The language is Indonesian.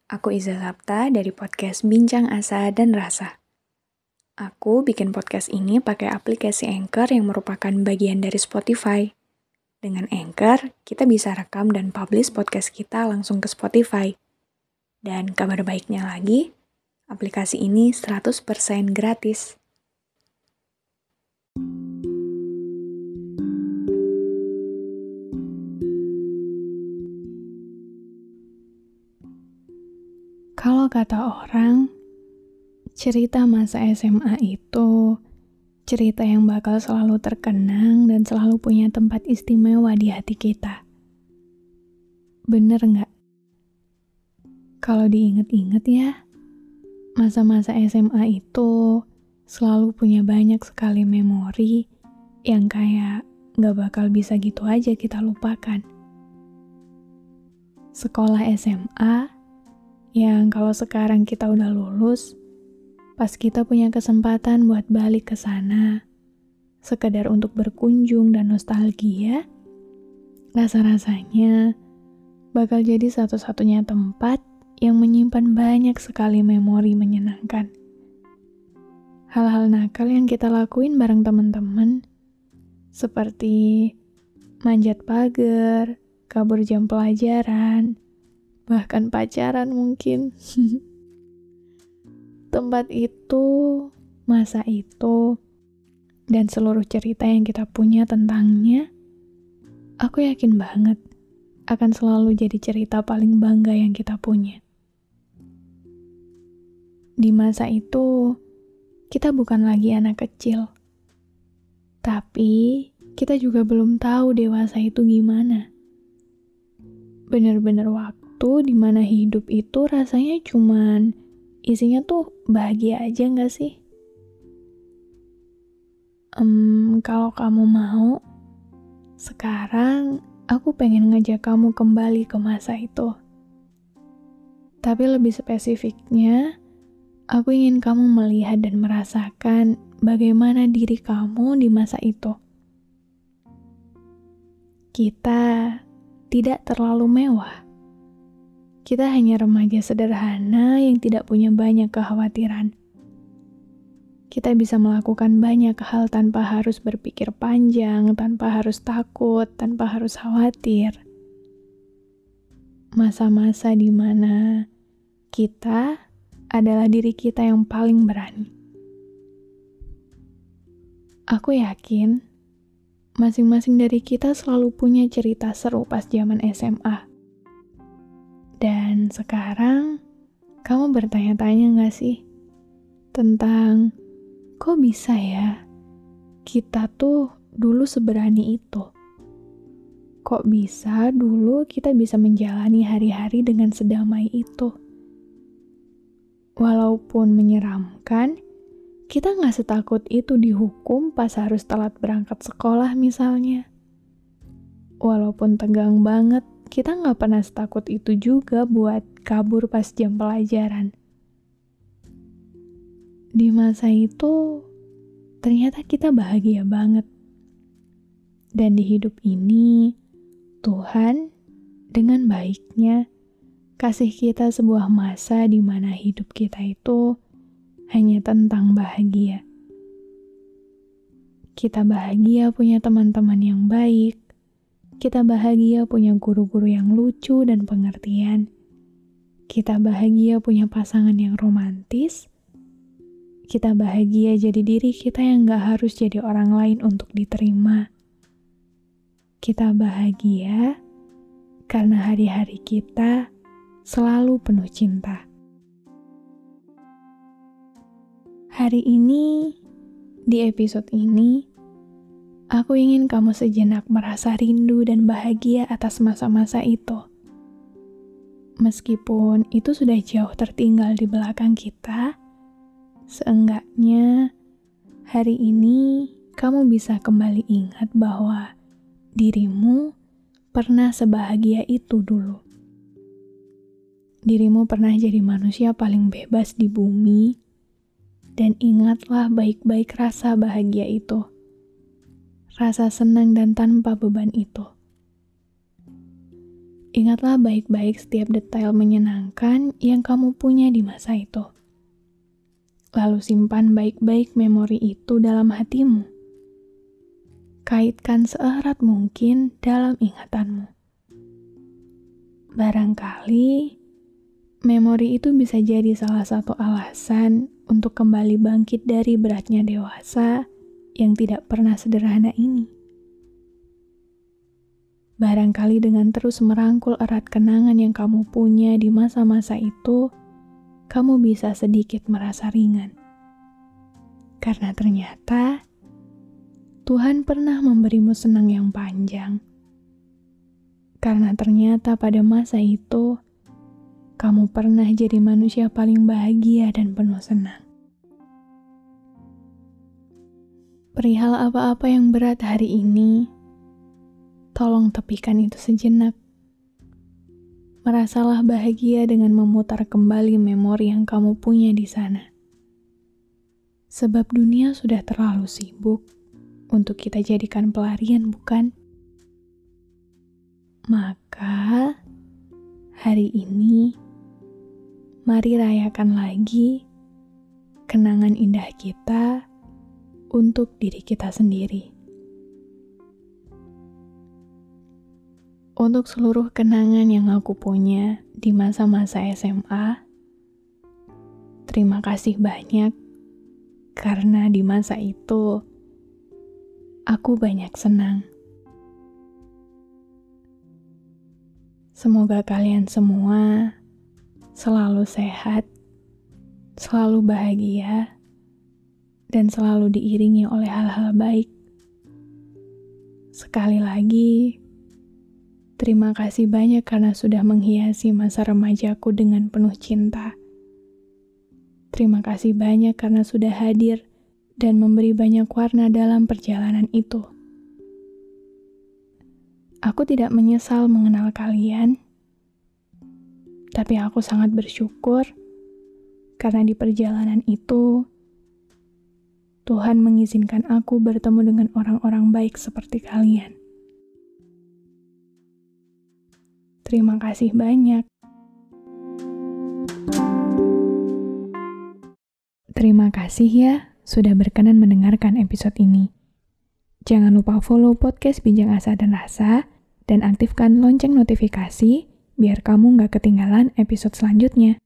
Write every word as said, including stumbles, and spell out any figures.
Aku Iza Sapta dari podcast Bincang Asa dan Rasa. Aku bikin podcast ini pakai aplikasi Anchor yang merupakan bagian dari Spotify. Dengan Anchor, kita bisa rekam dan publish podcast kita langsung ke Spotify. Dan kabar baiknya lagi, aplikasi ini seratus persen gratis. Kalau kata orang, cerita masa S M A itu cerita yang bakal selalu terkenang dan selalu punya tempat istimewa di hati kita. Bener nggak? Kalau diinget-inget ya, masa-masa S M A itu selalu punya banyak sekali memori yang kayak nggak bakal bisa gitu aja kita lupakan. Sekolah S M A yang kalau sekarang kita udah lulus, pas kita punya kesempatan buat balik ke sana, sekedar untuk berkunjung dan nostalgia, rasa-rasanya bakal jadi satu-satunya tempat yang menyimpan banyak sekali memori menyenangkan. Hal-hal nakal yang kita lakuin bareng teman-teman, seperti manjat pagar, kabur jam pelajaran, bahkan pacaran mungkin. Tempat itu, masa itu, dan seluruh cerita yang kita punya tentangnya, aku yakin banget akan selalu jadi cerita paling bangga yang kita punya. Di masa itu, kita bukan lagi anak kecil. Tapi, kita juga belum tahu dewasa itu gimana. Bener-bener waktu dimana hidup itu rasanya cuman isinya tuh bahagia aja gak sih? Um, kalau kamu mau, sekarang aku pengen ngajak kamu kembali ke masa itu. Tapi lebih spesifiknya, aku ingin kamu melihat dan merasakan bagaimana diri kamu di masa itu. Kita tidak terlalu mewah. Kita hanya remaja sederhana yang tidak punya banyak kekhawatiran. Kita bisa melakukan banyak hal tanpa harus berpikir panjang, tanpa harus takut, tanpa harus khawatir. Masa-masa di mana kita adalah diri kita yang paling berani. Aku yakin masing-masing dari kita selalu punya cerita seru pas zaman S M A. Dan sekarang, kamu bertanya-tanya gak sih tentang kok bisa ya kita tuh dulu seberani itu? Kok bisa dulu kita bisa menjalani hari-hari dengan sedamai itu? Walaupun menyeramkan, kita gak setakut itu dihukum pas harus telat berangkat sekolah misalnya. Walaupun tegang banget, kita gak pernah setakut itu juga buat kabur pas jam pelajaran. Di masa itu, ternyata kita bahagia banget. Dan di hidup ini, Tuhan dengan baiknya kasih kita sebuah masa di mana hidup kita itu hanya tentang bahagia. Kita bahagia punya teman-teman yang baik. Kita bahagia punya guru-guru yang lucu dan pengertian. Kita bahagia punya pasangan yang romantis. Kita bahagia jadi diri kita yang gak harus jadi orang lain untuk diterima. Kita bahagia karena hari-hari kita selalu penuh cinta. Hari ini, di episode ini, aku ingin kamu sejenak merasa rindu dan bahagia atas masa-masa itu. Meskipun itu sudah jauh tertinggal di belakang kita, seenggaknya hari ini kamu bisa kembali ingat bahwa dirimu pernah sebahagia itu dulu. Dirimu pernah jadi manusia paling bebas di bumi, dan ingatlah baik-baik rasa bahagia itu. Rasa senang dan tanpa beban itu. Ingatlah baik-baik setiap detail menyenangkan yang kamu punya di masa itu. Lalu simpan baik-baik memori itu dalam hatimu. Kaitkan seerat mungkin dalam ingatanmu. Barangkali memori itu bisa jadi salah satu alasan untuk kembali bangkit dari beratnya dewasa yang tidak pernah sederhana ini. Barangkali dengan terus merangkul erat kenangan yang kamu punya di masa-masa itu, kamu bisa sedikit merasa ringan. Karena ternyata Tuhan pernah memberimu senang yang panjang. Karena ternyata pada masa itu, kamu pernah jadi manusia paling bahagia dan penuh senang. Perihal apa-apa yang berat hari ini, tolong tepikan itu sejenak. Merasalah bahagia dengan memutar kembali memori yang kamu punya di sana. Sebab dunia sudah terlalu sibuk untuk kita jadikan pelarian, bukan? Maka, hari ini, mari rayakan lagi kenangan indah kita untuk diri kita sendiri. Untuk seluruh kenangan yang aku punya di masa-masa S M A, terima kasih banyak karena di masa itu aku banyak senang. Semoga kalian semua selalu sehat, selalu bahagia, dan selalu diiringi oleh hal-hal baik. Sekali lagi, terima kasih banyak karena sudah menghiasi masa remajaku dengan penuh cinta. Terima kasih banyak karena sudah hadir dan memberi banyak warna dalam perjalanan itu. Aku tidak menyesal mengenal kalian, tapi aku sangat bersyukur karena di perjalanan itu, Tuhan mengizinkan aku bertemu dengan orang-orang baik seperti kalian. Terima kasih banyak. Terima kasih ya sudah berkenan mendengarkan episode ini. Jangan lupa follow podcast Bincang Asa dan Rasa dan aktifkan lonceng notifikasi biar kamu nggak ketinggalan episode selanjutnya.